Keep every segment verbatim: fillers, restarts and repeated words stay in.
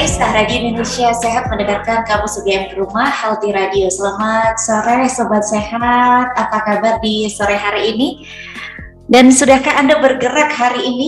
Raisa, Radio Indonesia Sehat mendengarkan kamu sedia di rumah, Healthy Radio. Selamat sore Sobat Sehat, apa kabar di sore hari ini? Dan sudahkah Anda bergerak hari ini?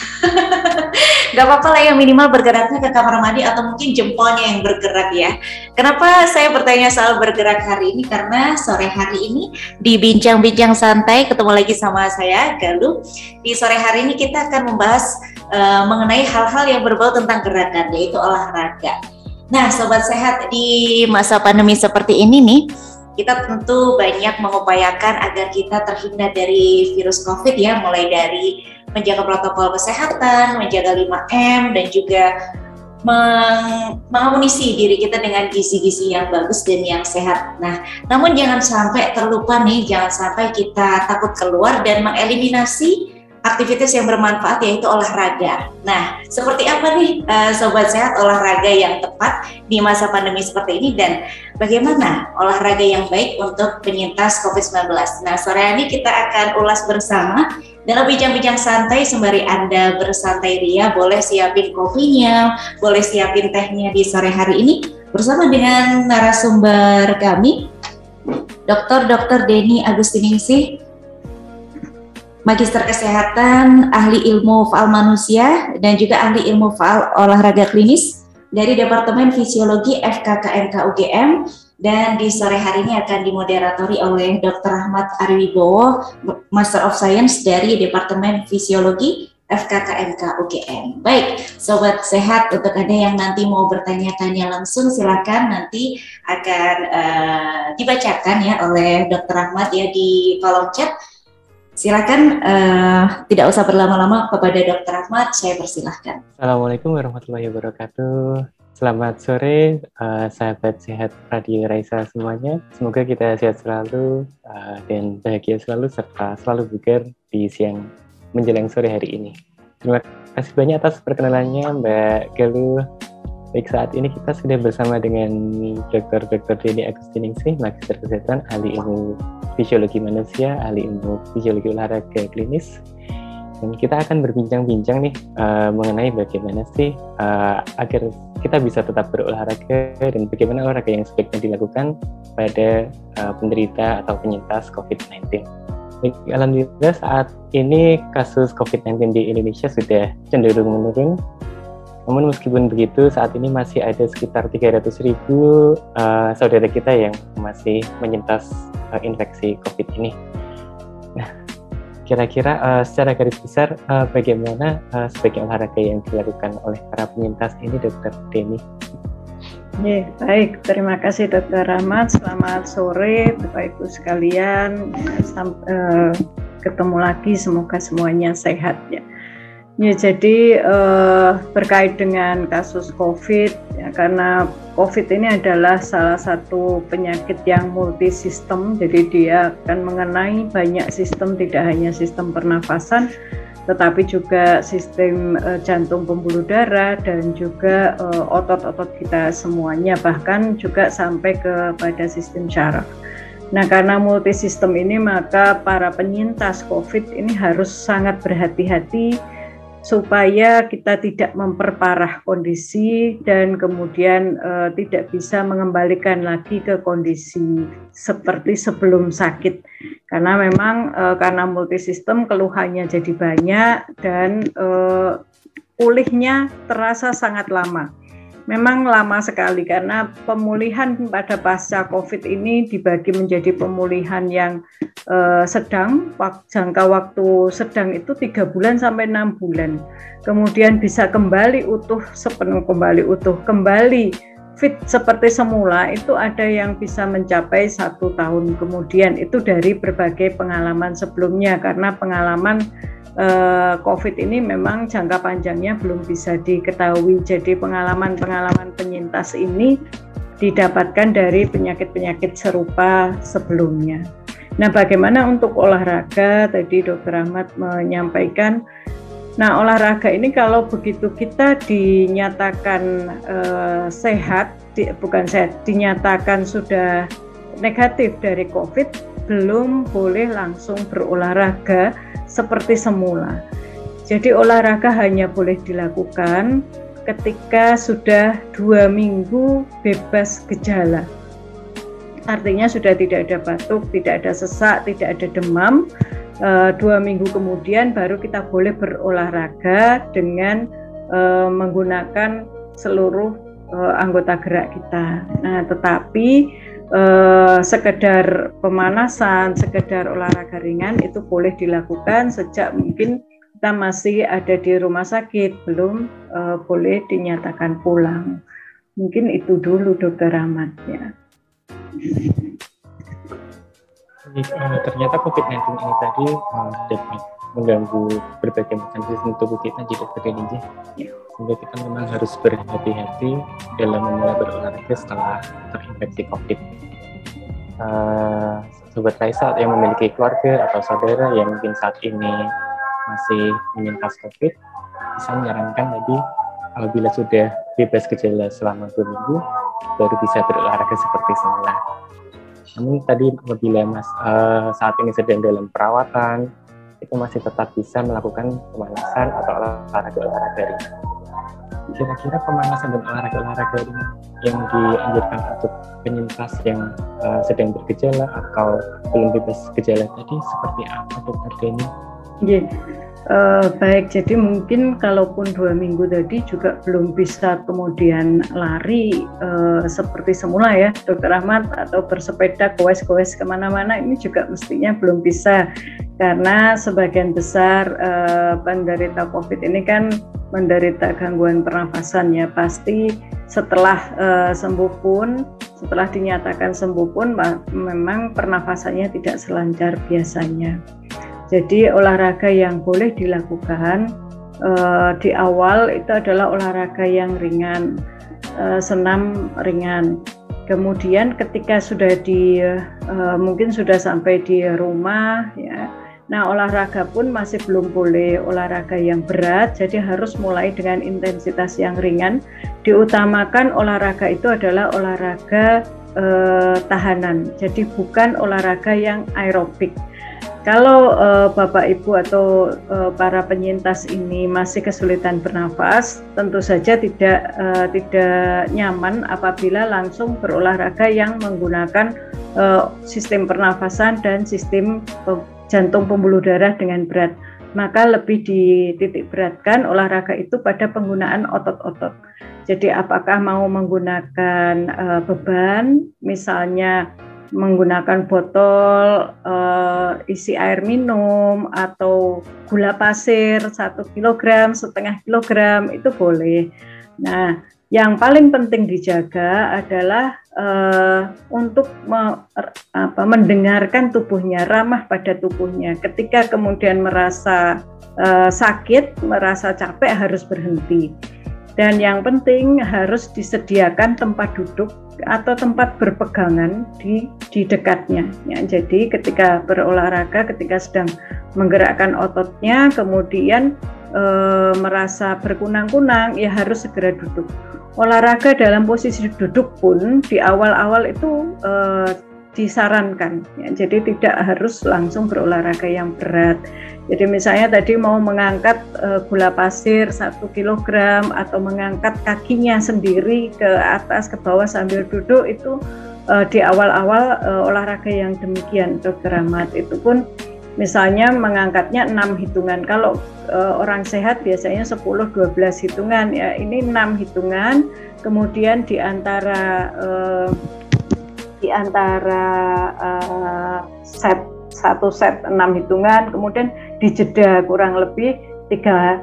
Gak apa-apa lah ya, minimal bergeraknya ke kamar mandi atau mungkin jempolnya yang bergerak ya. Kenapa saya bertanya soal bergerak hari ini? Karena sore hari ini di Bincang-Bincang Santai ketemu lagi sama saya, Galuh. Di sore hari ini kita akan membahas uh, mengenai hal-hal yang berbau tentang gerakan, yaitu olahraga. Nah, Sobat Sehat, di masa pandemi seperti ini nih, kita tentu banyak mengupayakan agar kita terhindar dari virus COVID ya, mulai dari menjaga protokol kesehatan, menjaga lima M, dan juga meng- mengamunisi diri kita dengan gizi-gizi yang bagus dan yang sehat. Nah, namun jangan sampai terlupa nih, jangan sampai kita takut keluar dan mengeliminasi aktivitas yang bermanfaat, yaitu olahraga. Nah, seperti apa nih uh, Sobat Sehat olahraga yang tepat di masa pandemi seperti ini, dan bagaimana olahraga yang baik untuk penyintas covid sembilan belas? Nah, sore ini kita akan ulas bersama dalam bincang-bincang santai. Sembari Anda bersantai ria, boleh siapin kopinya, boleh siapin tehnya di sore hari ini bersama dengan narasumber kami, Doktor Doktor Denny Agustiningsih, Magister Kesehatan, Ahli Ilmu Faal Manusia, dan juga Ahli Ilmu Faal Olahraga Klinis dari Departemen Fisiologi F K K M K U G M, dan di sore hari ini akan dimoderatori oleh Doktor Ahmad Ariwibowo, Master of Science dari Departemen Fisiologi F K K M K U G M. Baik, Sobat Sehat, untuk Anda yang nanti mau bertanya-tanya langsung, silakan nanti akan uh, dibacakan ya oleh Doktor Ahmad ya di kolom chat. Silakan, uh, tidak usah berlama-lama, kepada Dokter Ahmad saya persilahkan. Assalamualaikum warahmatullahi wabarakatuh. Selamat sore uh, sahabat sehat Radio Raisa semuanya. Semoga kita sehat selalu uh, dan bahagia selalu, serta selalu bugar di siang menjelang sore hari ini. Terima kasih banyak atas perkenalannya Mbak Galuh. Baik, saat ini kita sudah bersama dengan Doktor Doktor Denny Agustiningsih, Magister Kesehatan, Ahli Ilmu Fisiologi Manusia, Ahli Ilmu Fisiologi Olahraga Klinis. Dan kita akan berbincang-bincang nih uh, mengenai bagaimana sih uh, agar kita bisa tetap berolahraga dan bagaimana olahraga yang sebaiknya dilakukan pada uh, penderita atau penyintas covid sembilan belas. Baik, alhamdulillah saat ini kasus covid sembilan belas di Indonesia sudah cenderung menurun. Namun meskipun begitu, saat ini masih ada sekitar tiga ratus ribu uh, saudara kita yang masih menyintas uh, infeksi COVID ini. Nah, kira-kira uh, secara garis besar uh, bagaimana uh, sebagai olahraga yang dilakukan oleh para penyintas ini, Dokter Denny? Ya, baik, terima kasih Dokter Rahmat. Selamat sore Bapak Ibu sekalian. Sampai uh, ketemu lagi, semoga semuanya sehat ya. Ya, jadi eh, berkait dengan kasus COVID, ya, karena COVID ini adalah salah satu penyakit yang multisistem, jadi dia akan mengenai banyak sistem, tidak hanya sistem pernafasan, tetapi juga sistem eh, jantung pembuluh darah dan juga eh, otot-otot kita semuanya, bahkan juga sampai kepada sistem syaraf. Nah, karena multisistem ini, maka para penyintas COVID ini harus sangat berhati-hati supaya kita tidak memperparah kondisi dan kemudian uh, tidak bisa mengembalikan lagi ke kondisi seperti sebelum sakit. Karena memang uh, karena multisistem keluhannya jadi banyak dan uh, pulihnya terasa sangat lama. Memang lama sekali karena pemulihan pada pasca COVID ini dibagi menjadi pemulihan yang eh, sedang, wak, jangka waktu sedang itu tiga bulan sampai enam bulan. Kemudian bisa kembali utuh, sepenuh kembali utuh, kembali fit seperti semula, itu ada yang bisa mencapai satu tahun kemudian. Itu dari berbagai pengalaman sebelumnya, karena pengalaman Uh, COVID ini memang jangka panjangnya belum bisa diketahui. Jadi pengalaman-pengalaman penyintas ini didapatkan dari penyakit-penyakit serupa sebelumnya. Nah, bagaimana untuk olahraga? Tadi Dokter Ahmad menyampaikan. Nah, olahraga ini kalau begitu kita dinyatakan uh, sehat, di, bukan sehat, dinyatakan sudah negatif dari COVID, belum boleh langsung berolahraga seperti semula. Jadi olahraga hanya boleh dilakukan ketika sudah dua minggu bebas gejala. Artinya sudah tidak ada batuk, tidak ada sesak, tidak ada demam. E, dua minggu kemudian baru kita boleh berolahraga dengan e, menggunakan seluruh e, anggota gerak kita. Nah, tetapi e, sekedar pemanasan, sekedar olahraga ringan itu boleh dilakukan sejak mungkin kita masih ada di rumah sakit, belum e, boleh dinyatakan pulang. Mungkin itu dulu, Dokter Ahmad ya. Jadi, uh, ternyata covid sembilan belas ini tadi uh, dapat mengganggu berbagai macam sistem tubuh kita jadi terjadi, sehingga kita memang harus berhati-hati dalam memulai berolahraga setelah terinfeksi COVID. Uh, Sobat Raisa yang memiliki keluarga atau saudara yang mungkin saat ini masih menyintas COVID, bisa menyarankan tadi apabila sudah bebas gejala selama dua minggu, baru bisa berolahraga seperti semula. Namun tadi apabila Mas uh, saat ini sedang dalam perawatan, itu masih tetap bisa melakukan pemanasan atau olahraga-olahraga ringan. Kira-kira pemanasan dan olahraga-olahraga ringan yang dianjurkan untuk penyintas yang uh, sedang bergejala atau belum bebas gejala tadi seperti apa, Dokter Denny? Yeah. Uh, baik, jadi mungkin kalaupun dua minggu tadi juga belum bisa kemudian lari uh, seperti semula ya, Dokter Ahmad, atau bersepeda goes-goes kemana-mana, ini juga mestinya belum bisa, karena sebagian besar uh, penderita COVID ini kan menderita gangguan pernafasan ya, pasti setelah uh, sembuh pun, setelah dinyatakan sembuh pun memang pernafasannya tidak selancar biasanya. Jadi olahraga yang boleh dilakukan uh, di awal itu adalah olahraga yang ringan, uh, senam ringan. Kemudian ketika sudah di uh, mungkin sudah sampai di rumah ya, nah olahraga pun masih belum boleh olahraga yang berat, jadi harus mulai dengan intensitas yang ringan. Diutamakan olahraga itu adalah olahraga uh, tahanan, jadi bukan olahraga yang aerobik. Kalau uh, Bapak Ibu atau uh, para penyintas ini masih kesulitan bernafas, tentu saja tidak uh, tidak nyaman apabila langsung berolahraga yang menggunakan uh, sistem pernafasan dan sistem uh, jantung pembuluh darah dengan berat. Maka lebih dititik beratkan olahraga itu pada penggunaan otot-otot. Jadi apakah mau menggunakan uh, beban, misalnya menggunakan botol uh, isi air minum atau gula pasir satu kilogram, setengah kilogram, itu boleh. Nah, yang paling penting dijaga adalah uh, untuk me, apa, mendengarkan tubuhnya, ramah pada tubuhnya. Ketika kemudian merasa uh, sakit, merasa capek, harus berhenti. Dan yang penting harus disediakan tempat duduk atau tempat berpegangan di di dekatnya. Ya, jadi ketika berolahraga, ketika sedang menggerakkan ototnya, kemudian e, merasa berkunang-kunang, ya harus segera duduk. Olahraga dalam posisi duduk pun di awal-awal itu e, disarankan. Ya, jadi tidak harus langsung berolahraga yang berat. Jadi misalnya tadi mau mengangkat uh, gula pasir satu kilogram atau mengangkat kakinya sendiri ke atas ke bawah sambil duduk, itu uh, di awal-awal uh, olahraga yang demikian, Dokter Ahmad. Itu pun misalnya mengangkatnya enam hitungan. Kalau uh, orang sehat biasanya sepuluh dua belas hitungan, ya ini enam hitungan. Kemudian di antara uh, di antara uh, set satu set enam hitungan, kemudian dijeda kurang lebih tiga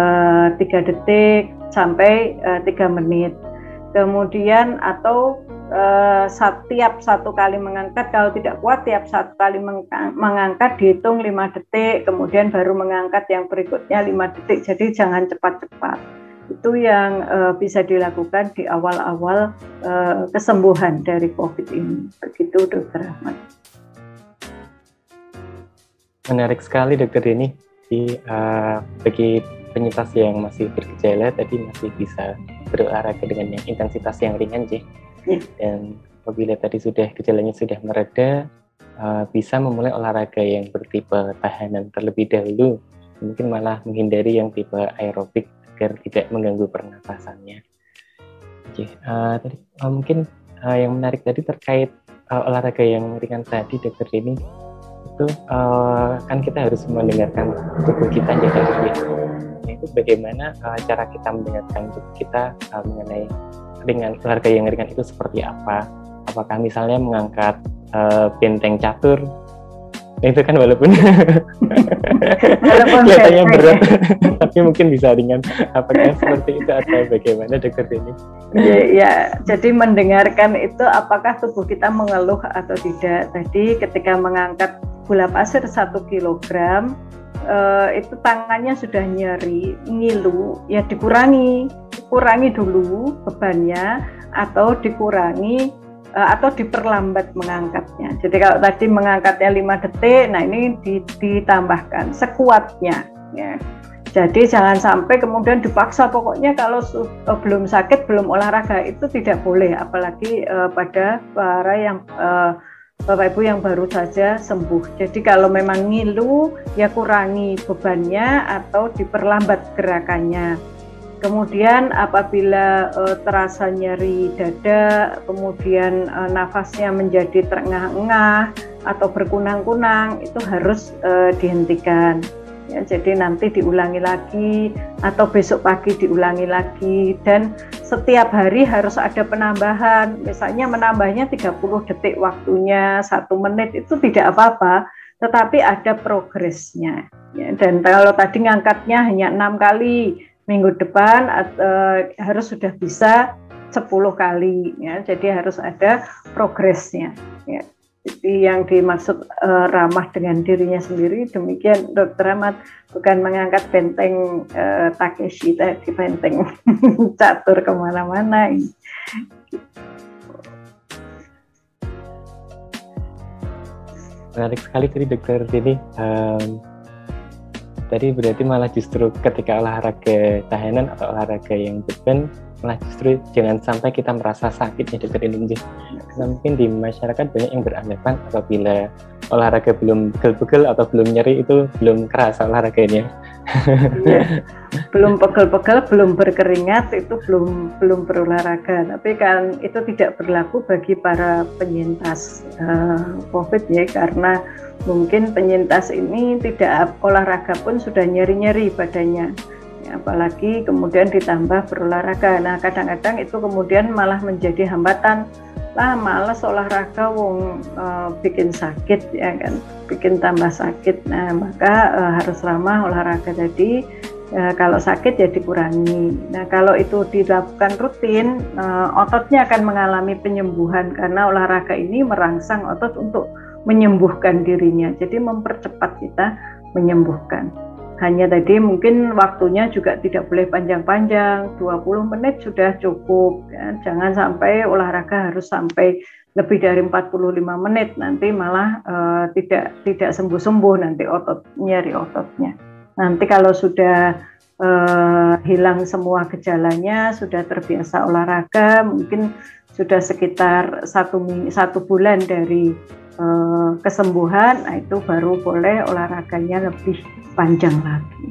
detik sampai uh, tiga menit. Kemudian atau uh, setiap satu kali mengangkat, kalau tidak kuat tiap satu kali mengangkat dihitung lima detik, kemudian baru mengangkat yang berikutnya lima detik. Jadi jangan cepat-cepat. Itu yang uh, bisa dilakukan di awal-awal uh, kesembuhan dari COVID ini. Begitu, Dokter Ahmad. Menarik sekali, Dokter Denny. Jadi, uh, bagi penyintas yang masih bergejala tadi masih bisa berolahraga dengan yang intensitas yang ringan, J. Ya. Dan apabila tadi sudah gejalanya sudah mereda, uh, bisa memulai olahraga yang bertipe tahanan terlebih dahulu. Mungkin malah menghindari yang tipe aerobik agar tidak mengganggu pernafasannya. Oke, uh, tadi uh, mungkin uh, yang menarik tadi terkait uh, olahraga yang ringan tadi, Dokter Denny, itu uh, kan kita harus mendengarkan tubuh kita ya, ya. Nah, itu bagaimana uh, cara kita mendengarkan tubuh kita uh, mengenai ringan olahraga yang ringan itu seperti apa? Apakah misalnya mengangkat uh, benteng catur? Itu kan walaupun walaupun kelihatannya berat, tapi mungkin bisa ringan. Apakah seperti itu atau bagaimana, Dokter Denny? Ya, ya, jadi mendengarkan itu apakah tubuh kita mengeluh atau tidak. Tadi ketika mengangkat gula pasir satu kilogram, eh, itu tangannya sudah nyeri, ngilu, ya dikurangi, kurangi dulu bebannya atau dikurangi atau diperlambat mengangkatnya. Jadi kalau tadi mengangkatnya lima detik, nah ini ditambahkan sekuatnya ya. Jadi jangan sampai kemudian dipaksa, pokoknya kalau uh, belum sakit, belum olahraga, itu tidak boleh, apalagi uh, pada para yang uh, Bapak Ibu yang baru saja sembuh. Jadi kalau memang ngilu, ya kurangi bebannya atau diperlambat gerakannya. Kemudian apabila e, terasa nyeri dada, kemudian e, nafasnya menjadi terengah-engah atau berkunang-kunang, itu harus e, dihentikan. Ya, jadi nanti diulangi lagi atau besok pagi diulangi lagi, dan setiap hari harus ada penambahan. Misalnya menambahnya tiga puluh detik waktunya, satu menit, itu tidak apa-apa, tetapi ada progresnya. Ya, dan kalau tadi ngangkatnya hanya enam kali, minggu depan uh, harus sudah bisa sepuluh kali ya. Jadi harus ada progresnya ya. Jadi yang dimaksud uh, ramah dengan dirinya sendiri, demikian Dokter Ahmad, bukan mengangkat benteng uh, Takeshi tadi, benteng catur kemana-mana. Menarik sekali tadi Dokter Denny. Um, Tadi berarti malah justru ketika olahraga tahanan atau olahraga yang beban, malah justru jangan sampai kita merasa sakit ya, Dokter Denny. Karena mungkin di masyarakat banyak yang beranggapan apabila olahraga belum pegel-pegel atau belum nyeri itu belum kerasa olahraganya. Iya. Belum pegel-pegel, belum berkeringat, itu belum belum berolahraga. Tapi kan itu tidak berlaku bagi para penyintas uh, COVID ya, karena mungkin penyintas ini tidak olahraga pun sudah nyeri-nyeri badannya. Ya, apalagi kemudian ditambah berolahraga. Nah, kadang-kadang itu kemudian malah menjadi hambatan. Lah, malas olahraga, wong uh, bikin sakit ya kan, bikin tambah sakit. Nah, maka uh, harus ramah olahraga tadi. Uh, kalau sakit ya dikurangi. Nah, kalau itu dilakukan rutin, uh, ototnya akan mengalami penyembuhan karena olahraga ini merangsang otot untuk menyembuhkan dirinya. Jadi mempercepat kita menyembuhkan. Hanya tadi mungkin waktunya juga tidak boleh panjang-panjang, dua puluh menit sudah cukup ya. Jangan sampai olahraga harus sampai lebih dari empat puluh lima menit, nanti malah uh, tidak tidak sembuh-sembuh nanti otot, nyeri ototnya. Nanti kalau sudah uh, hilang semua gejalanya, sudah terbiasa olahraga, mungkin sudah sekitar satu, satu bulan dari uh, kesembuhan, nah itu baru boleh olahraganya lebih panjang lagi.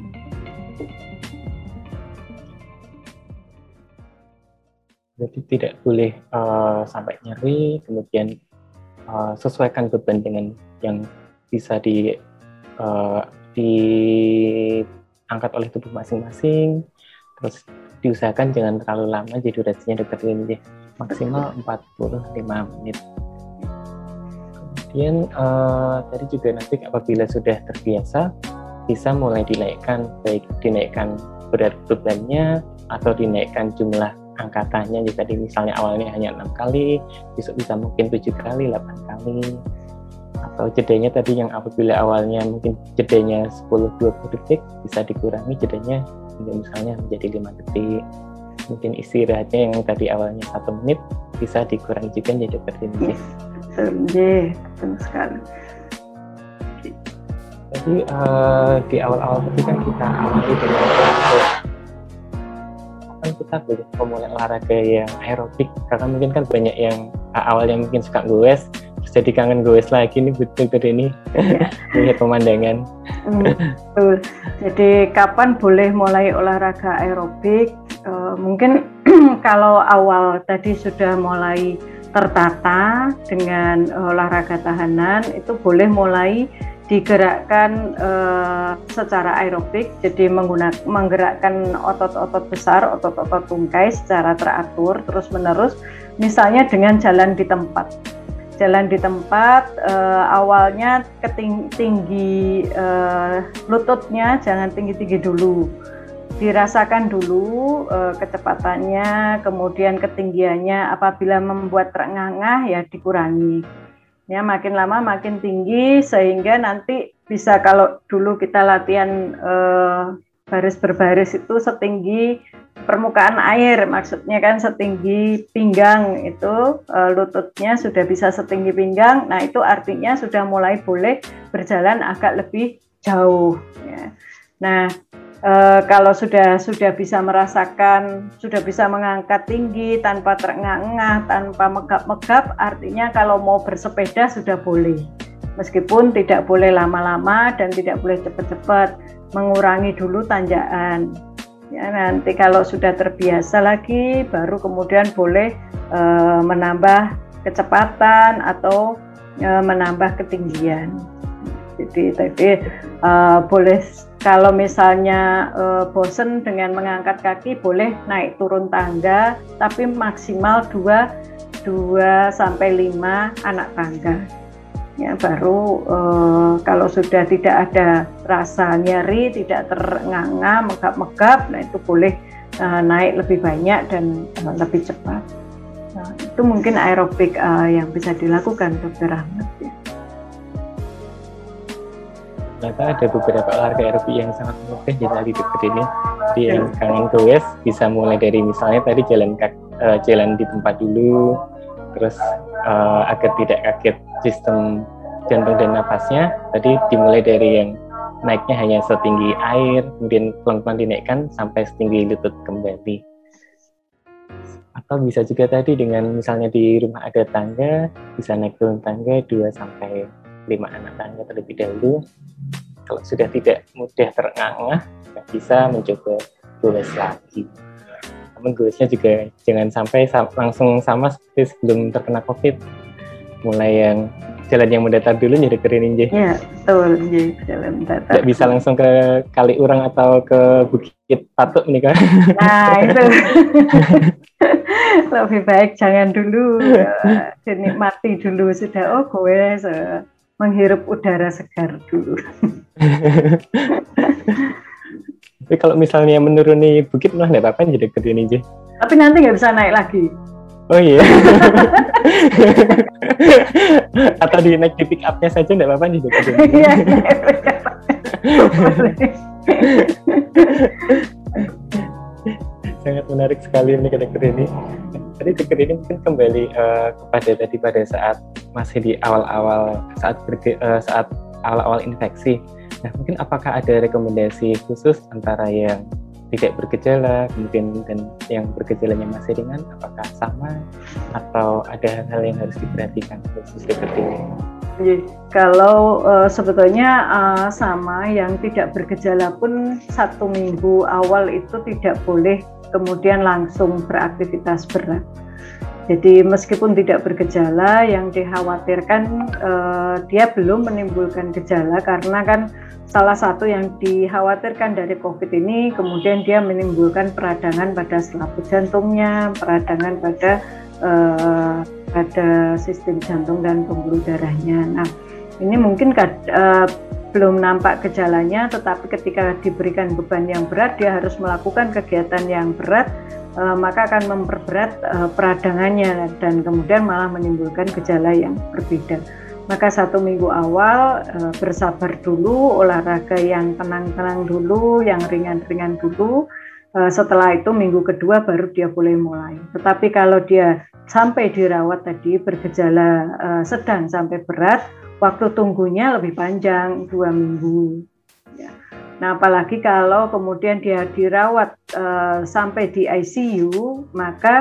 Jadi tidak boleh uh, sampai nyeri, kemudian uh, sesuaikan beban dengan yang bisa di uh, diangkat oleh tubuh masing-masing, terus diusahakan jangan terlalu lama, jadi durasinya Dokter Denny maksimal empat puluh lima menit. Kemudian uh, tadi juga nanti apabila sudah terbiasa, bisa mulai dinaikkan, baik dinaikkan berat bebannya atau dinaikkan jumlah angkatannya. Jadi tadi misalnya awalnya hanya enam kali, besok bisa mungkin tujuh kali, delapan kali. Atau jedanya tadi yang apabila awalnya mungkin jedanya sepuluh sampai dua puluh detik, bisa dikurangi jedanya hingga misalnya menjadi lima detik. Mungkin istirahatnya yang tadi awalnya satu menit, bisa dikurangi juga jadi Dokter Denny. Betul, betul sekali. Jadi uh, di awal-awal ketika kita awali dengan olahraga, kan kita boleh memulai olahraga yang aerobik, karena mungkin kan banyak yang uh, awalnya mungkin suka goes, jadi kangen goes lagi nih betul-betul ini ya. Lihat pemandangan. Hmm, betul. Jadi kapan boleh mulai olahraga aerobik? Uh, mungkin kalau awal tadi sudah mulai tertata dengan olahraga tahanan, itu boleh mulai digerakkan uh, secara aerobik, jadi menggunakan menggerakkan otot-otot besar, otot-otot tungkai secara teratur terus-menerus, misalnya dengan jalan di tempat. Jalan di tempat uh, awalnya keting- tinggi uh, lututnya jangan tinggi-tinggi dulu, dirasakan dulu uh, kecepatannya, kemudian ketinggiannya. Apabila membuat terengah-engah ya dikurangi. Ya, makin lama makin tinggi sehingga nanti bisa, kalau dulu kita latihan uh, baris berbaris itu setinggi permukaan air, maksudnya kan setinggi pinggang, itu uh, lututnya sudah bisa setinggi pinggang. Nah, itu artinya sudah mulai boleh berjalan agak lebih jauh ya. Nah, uh, kalau sudah sudah bisa merasakan, sudah bisa mengangkat tinggi tanpa terengah-engah, tanpa megap-megap, artinya kalau mau bersepeda sudah boleh. Meskipun tidak boleh lama-lama dan tidak boleh cepat-cepat, mengurangi dulu tanjakan. Ya, nanti kalau sudah terbiasa lagi, baru kemudian boleh e, menambah kecepatan atau e, menambah ketinggian. Jadi tadi e, boleh, kalau misalnya e, bosen dengan mengangkat kaki, boleh naik turun tangga, tapi maksimal dua sampai lima anak tangga. Ya, baru eh, kalau sudah tidak ada rasa nyeri, tidak terengah-engah, megap-megap, nah itu boleh eh, naik lebih banyak dan eh, lebih cepat. Nah, itu mungkin aerobik eh, yang bisa dilakukan, Dokter Ahmad. Ya. Ternyata ada beberapa olahraga aerobik yang sangat mudah jadi dokter ini. Jadi yang kangen goes bisa mulai dari misalnya tadi jalan uh, jalan di tempat dulu, terus uh, agar tidak kaget sistem jantung dan nafasnya, tadi dimulai dari yang naiknya hanya setinggi air, kemudian pelan-pelan dinaikkan sampai setinggi lutut kembali. Atau bisa juga tadi dengan misalnya di rumah ada tangga, bisa naik turun tangga dua sampai lima anak tangga terlebih dahulu. Kalau sudah tidak mudah terengah-engah, bisa mencoba goes lagi. Namun goesnya juga jangan sampai langsung sama seperti sebelum terkena COVID. Mulai yang jalan yang mendatar dulu nih dokter ini. Iya, betul, jalan mendatar. Tidak bisa langsung ke Kaliurang atau ke Bukit Patuk nih kan? Nah, itu. Lebih baik jangan dulu, uh, dinikmati dulu sudah. Oh, gue uh, menghirup udara segar dulu. Tapi kalau misalnya menuruni bukit mah nggak apa-apa jadi dokter ini. Tapi nanti nggak bisa naik lagi. Oh iya. Atau di naik di pick up-nya saja nggak apa-apa nih dokter. Iya. Sangat menarik sekali nih dokter ini. Tadi dokter ini mungkin kembali uh, kepada tadi pada saat masih di awal-awal saat berge, uh, saat awal-awal infeksi. Nah, mungkin apakah ada rekomendasi khusus antara yang tidak bergejala, kemudian dan yang bergejalanya masih ringan, apakah sama atau ada hal-hal yang harus diperhatikan khusus seperti ini? Kalau uh, sebetulnya uh, sama, yang tidak bergejala pun satu minggu awal itu tidak boleh kemudian langsung beraktivitas berat. Jadi meskipun tidak bergejala, yang dikhawatirkan uh, dia belum menimbulkan gejala, karena kan salah satu yang dikhawatirkan dari COVID ini kemudian dia menimbulkan peradangan pada selaput jantungnya, peradangan pada uh, pada sistem jantung dan pembuluh darahnya. Nah, ini mungkin uh, belum nampak gejalanya, tetapi ketika diberikan beban yang berat, dia harus melakukan kegiatan yang berat, uh, maka akan memperberat uh, peradangannya dan kemudian malah menimbulkan gejala yang berbeda. Maka satu minggu awal uh, bersabar dulu, olahraga yang tenang-tenang dulu, yang ringan-ringan dulu. Uh, setelah itu minggu kedua baru dia boleh mulai. Tetapi kalau dia sampai dirawat tadi bergejala uh, sedang sampai berat, waktu tunggunya lebih panjang, dua minggu. Ya. Nah, apalagi kalau kemudian dia dirawat uh, sampai di I C U, maka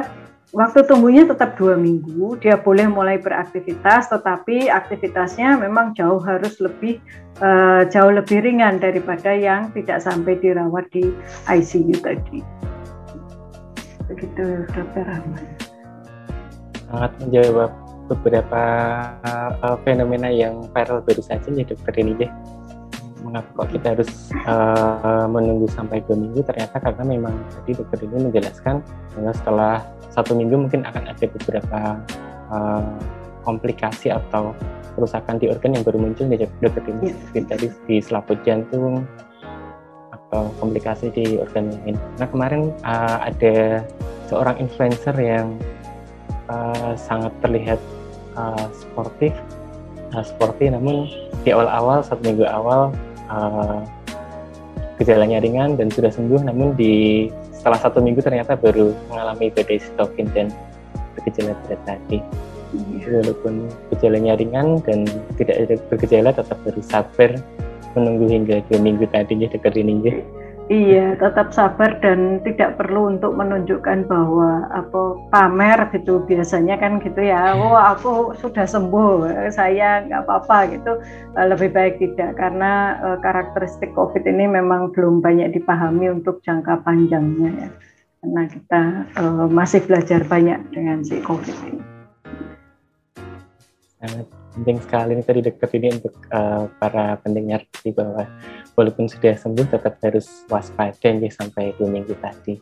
waktu tunggunya tetap dua minggu. Dia boleh mulai beraktivitas, tetapi aktivitasnya memang jauh harus lebih uh, jauh lebih ringan daripada yang tidak sampai dirawat di I C U tadi. Begitu, Dokter Ahmad. Sangat menjawab beberapa uh, fenomena yang viral baru saja ya Dokter ini ya. Mengapa kok kita harus uh, menunggu sampai dua minggu? Ternyata karena memang tadi Dokter ini menjelaskan bahwa setelah satu minggu mungkin akan ada beberapa uh, komplikasi atau kerusakan di organ yang baru muncul ya Dokter ini, seperti tadi di selaput jantung atau komplikasi di organ lain. Nah kemarin uh, ada seorang influencer yang uh, sangat terlihat Uh, sportif, uh, sporty, namun di awal-awal satu minggu awal uh, gejalanya ringan dan sudah sembuh, namun di setelah satu minggu ternyata baru mengalami badai sitokin dan bergejala berat tadi. Walaupun gejalanya ringan dan tidak ada bergejala, tetap harus sabar menunggu hingga dua minggu tadi ya Dokter ini. Iya, tetap sabar dan tidak perlu untuk menunjukkan bahwa apa pamer gitu, biasanya kan gitu ya, oh aku sudah sembuh, saya nggak apa-apa gitu. Lebih baik tidak, karena uh, karakteristik COVID ini memang belum banyak dipahami untuk jangka panjangnya ya, karena kita uh, masih belajar banyak dengan si COVID ini. Sangat penting sekali ini tadi Dokter ini untuk uh, para pendengar di bawah. Walaupun sudah sembuh tetap harus waspada ya sampai dua minggu tadi.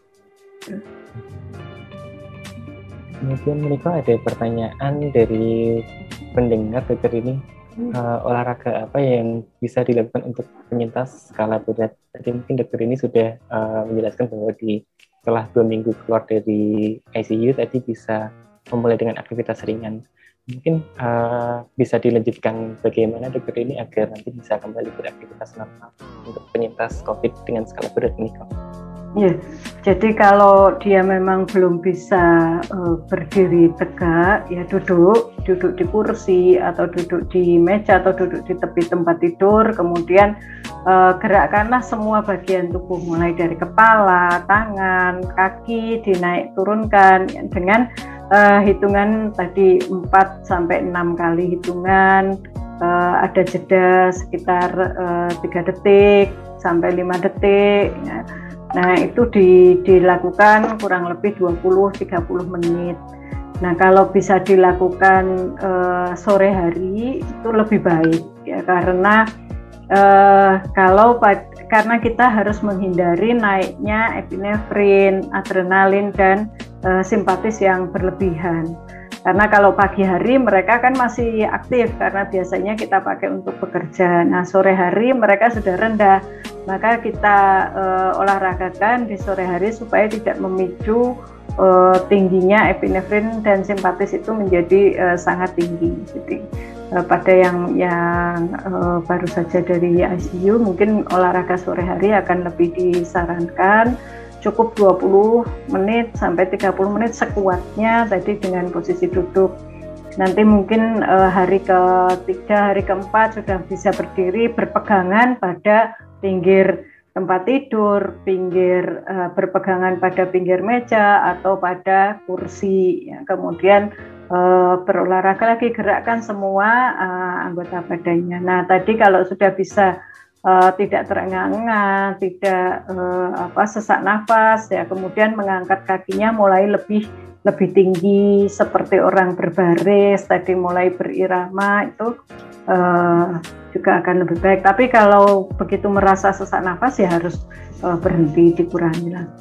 Kemudian Niko ada pertanyaan dari pendengar Dokter ini, uh, olahraga apa yang bisa dilakukan untuk penyintas skala berat? Tadi mungkin Dokter ini sudah uh, menjelaskan bahwa di setelah dua minggu keluar dari I C U tadi bisa memulai dengan aktivitas ringan. Mungkin uh, bisa dilanjutkan bagaimana Dokter ini agar nanti bisa kembali beraktivitas normal untuk penyintas COVID dengan skala berat ini kok. Ya, jadi kalau dia memang belum bisa uh, berdiri tegak, ya duduk, duduk di kursi atau duduk di meja atau duduk di tepi tempat tidur, kemudian uh, gerakkanlah semua bagian tubuh mulai dari kepala, tangan, kaki, dinaik turunkan dengan Uh, hitungan tadi empat sampai enam kali hitungan, uh, ada jeda sekitar uh, tiga detik sampai lima detik ya. Nah itu di, dilakukan kurang lebih dua puluh sampai tiga puluh menit. Nah kalau bisa dilakukan uh, sore hari itu lebih baik ya, karena Uh, kalau karena kita harus menghindari naiknya epinefrin, adrenalin dan uh, simpatis yang berlebihan. Karena kalau pagi hari mereka kan masih aktif karena biasanya kita pakai untuk bekerja. Nah sore hari mereka sudah rendah, maka kita uh, olahragakan di sore hari supaya tidak memicu uh, tingginya epinefrin dan simpatis itu menjadi uh, sangat tinggi. Jadi pada yang yang uh, baru saja dari I C U mungkin olahraga sore hari akan lebih disarankan, cukup dua puluh menit sampai tiga puluh menit sekuatnya tadi dengan posisi duduk. Nanti mungkin uh, hari ketiga, hari keempat sudah bisa berdiri berpegangan pada pinggir tempat tidur, pinggir uh, berpegangan pada pinggir meja atau pada kursi ya. Kemudian Uh, berolahraga lagi, gerakkan semua uh, anggota badannya. Nah tadi kalau sudah bisa uh, tidak terengah-engah, tidak uh, apa sesak nafas ya, kemudian mengangkat kakinya mulai lebih lebih tinggi seperti orang berbaris, tadi mulai berirama, itu uh, juga akan lebih baik. Tapi kalau begitu merasa sesak nafas ya harus uh, berhenti, dikurangi lagi.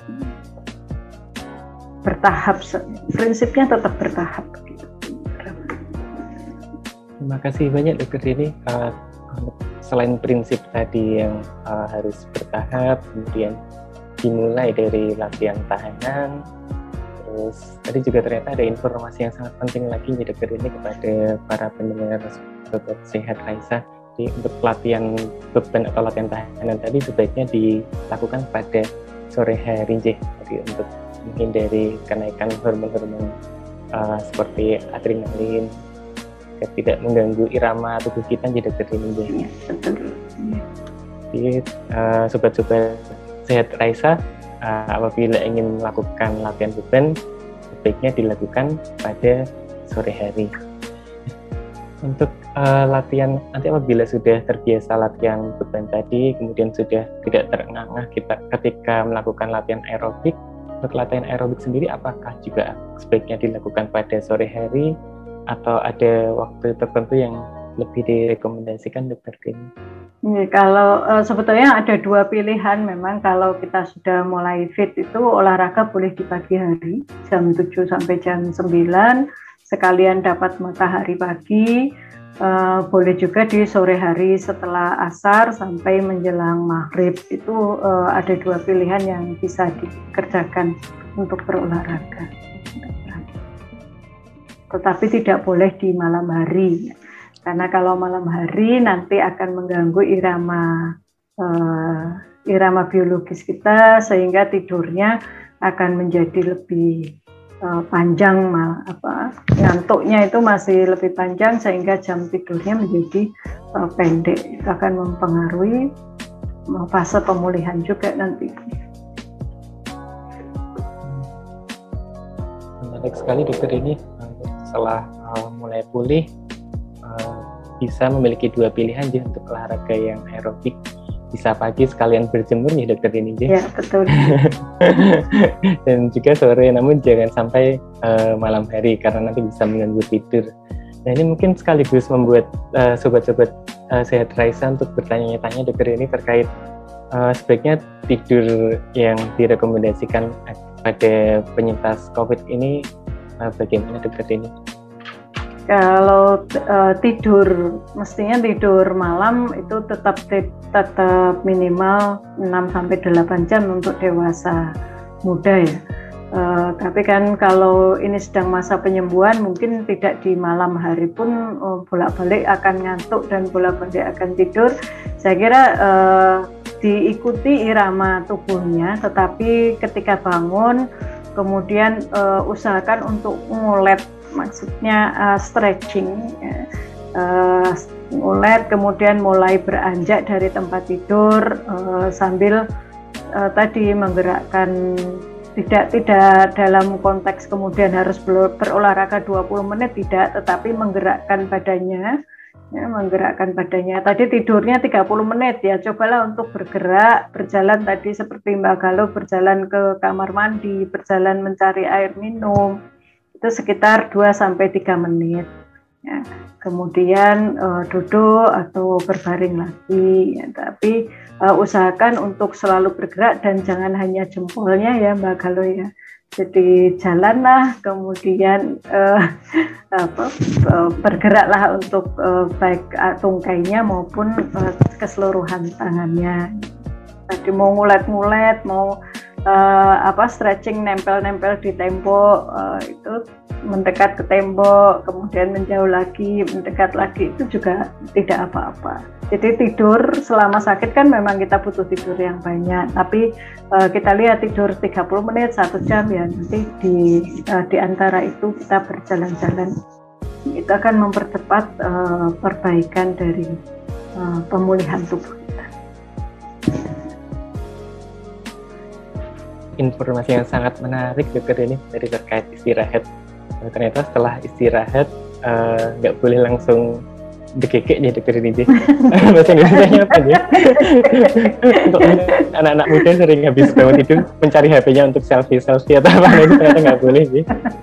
Bertahap, prinsipnya tetap bertahap. Terima kasih banyak Dokter ini. Uh, selain prinsip tadi yang uh, harus bertahap, kemudian dimulai dari latihan tahanan, terus tadi juga ternyata ada informasi yang sangat penting lagi nih Dokter ini kepada para pendengar Sobat Sehat Raisa. Jadi untuk latihan beban atau latihan tahanan tadi sebaiknya dilakukan pada sore hari, jadi untuk menghindari kenaikan hormon-hormon uh, seperti adrenalin, tidak mengganggu irama tubuh kita jadi Dokter ini. Ya, betul. Jadi uh, sobat-sobat Sehat Raisa, uh, apabila ingin melakukan latihan beban, sebaiknya dilakukan pada sore hari. Untuk uh, latihan nanti apabila sudah terbiasa latihan beban tadi, kemudian sudah tidak terengah-engah kita ketika melakukan latihan aerobik, untuk latihan aerobik sendiri apakah juga sebaiknya dilakukan pada sore hari atau ada waktu tertentu yang lebih direkomendasikan, Dokter Deni? Ya, kalau uh, sebetulnya ada dua pilihan. Memang kalau kita sudah mulai fit itu olahraga boleh di pagi hari jam tujuh sampai jam sembilan, sekalian dapat matahari pagi. Uh, boleh juga di sore hari setelah asar sampai menjelang maghrib. Itu uh, ada dua pilihan yang bisa dikerjakan untuk berolahraga. Tetapi tidak boleh di malam hari, karena kalau malam hari nanti akan mengganggu irama uh, irama biologis kita, sehingga tidurnya akan menjadi lebih uh, panjang, mal, apa ngantuknya itu masih lebih panjang, sehingga jam tidurnya menjadi uh, pendek. Itu akan mempengaruhi uh, fase pemulihan juga nanti. Menarik sekali, Dokter, ini setelah uh, mulai pulih uh, bisa memiliki dua pilihan ya untuk olahraga yang aerobik. Bisa pagi sekalian berjemur ya, Dokter Deni. Ya, betul. Dan juga sore, namun jangan sampai uh, malam hari karena nanti bisa mengganggu tidur. Nah, ini mungkin sekaligus membuat uh, sobat-sobat uh, Sehat Raisa untuk bertanya-tanya, Dokter Deni, terkait uh, sebaiknya tidur yang direkomendasikan pada penyintas COVID ini uh, bagaimana, Dokter Deni? Kalau uh, tidur, mestinya tidur malam itu tetap tetap minimal enam sampai delapan jam untuk dewasa muda ya. Uh, tapi kan kalau ini sedang masa penyembuhan, mungkin tidak di malam hari pun uh, bolak-balik akan ngantuk dan bolak-balik akan tidur. Saya kira uh, diikuti irama tubuhnya, tetapi ketika bangun kemudian uh, usahakan untuk ngulet, maksudnya uh, stretching, ya. uh, ngulet, kemudian mulai beranjak dari tempat tidur uh, sambil uh, tadi menggerakkan, tidak tidak dalam konteks kemudian harus berolahraga dua puluh menit, tidak, tetapi menggerakkan badannya, ya, menggerakkan badannya. Tadi tidurnya tiga puluh menit ya, cobalah untuk bergerak, berjalan tadi seperti Mbak Galuh, berjalan ke kamar mandi, berjalan mencari air minum, itu sekitar dua sampai tiga menit ya. Kemudian uh, duduk atau berbaring lagi ya. Tapi uh, usahakan untuk selalu bergerak dan jangan hanya jempolnya ya, Mbak Galuh ya. Jadi jalanlah, kemudian uh, apa, uh, bergeraklah untuk uh, baik uh, tungkainya maupun uh, keseluruhan tangannya. Tadi mau ngulet-ngulet, mau Uh, apa stretching, nempel-nempel di tembok, uh, itu mendekat ke tembok, kemudian menjauh lagi, mendekat lagi, itu juga tidak apa-apa. Jadi tidur selama sakit kan memang kita butuh tidur yang banyak, tapi uh, kita lihat tidur tiga puluh menit, satu jam ya, nanti di, uh, di antara itu kita berjalan-jalan. Itu akan mempercepat uh, perbaikan dari uh, pemulihan tubuh kita. Informasi yang sangat menarik, Dokter, ini dari terkait istirahat. Nah, ternyata setelah istirahat nggak uh, boleh langsung degekek ya, Dokter, ini. Bahasa Indonesia apa ya? Untuk anak-anak muda sering habis bangun tidur mencari H P-nya untuk selfie selfie atau apa, itu ternyata nggak boleh sih.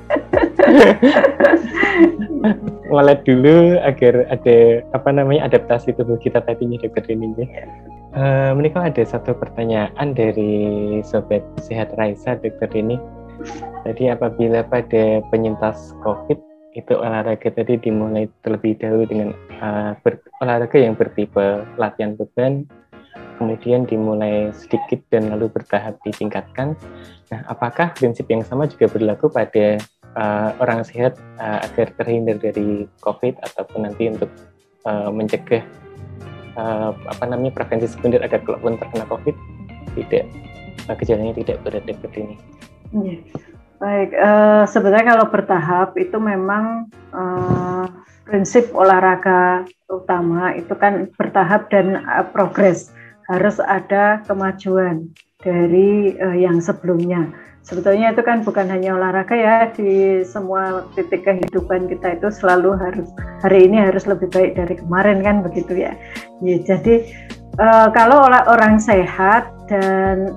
Ngolet dulu agar ada apa namanya adaptasi tubuh kita tadinya, Dokter ini. Uh, menikah ada satu pertanyaan dari Sobat Sehat Raisa, Dokter Deni. Tadi apabila pada penyintas COVID itu olahraga tadi dimulai terlebih dahulu dengan uh, ber, olahraga yang bertipe latihan beban, kemudian dimulai sedikit dan lalu bertahap ditingkatkan. Nah, apakah prinsip yang sama juga berlaku pada uh, orang sehat uh, agar terhindar dari COVID ataupun nanti untuk uh, mencegah Uh, apa namanya prevensi sekunder agar kalaupun terkena COVID tidak uh, gejalanya tidak berat, Dokter ini? Ya. Baik, uh, sebenarnya kalau bertahap itu memang uh, prinsip olahraga utama itu kan bertahap dan uh, progres, harus ada kemajuan dari uh, yang sebelumnya. sebetulnya itu kan bukan hanya olahraga ya, di semua titik kehidupan kita itu selalu harus hari ini harus lebih baik dari kemarin kan begitu ya. Ya jadi uh, kalau orang sehat dan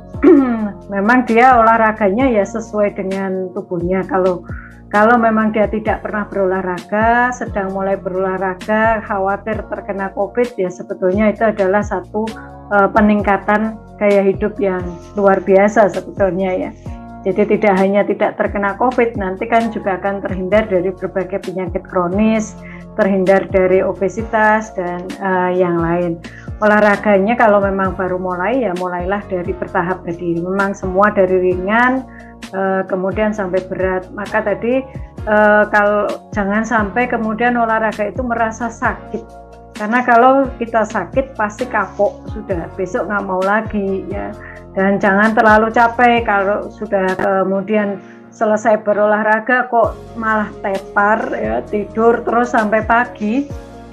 memang dia olahraganya ya sesuai dengan tubuhnya. Kalau kalau memang dia tidak pernah berolahraga, sedang mulai berolahraga, khawatir terkena COVID, ya sebetulnya itu adalah satu uh, peningkatan gaya hidup yang luar biasa sebetulnya ya. Jadi tidak hanya tidak terkena COVID, nanti kan juga akan terhindar dari berbagai penyakit kronis, terhindar dari obesitas dan uh, yang lain. Olahraganya kalau memang baru mulai ya mulailah dari bertahap tadi. Memang semua dari ringan uh, kemudian sampai berat. Maka tadi uh, kalau jangan sampai kemudian olahraga itu merasa sakit. Karena kalau kita sakit pasti kapok sudah, besok nggak mau lagi ya. Dan jangan terlalu capek kalau sudah kemudian selesai berolahraga kok malah tepar ya, tidur terus sampai pagi.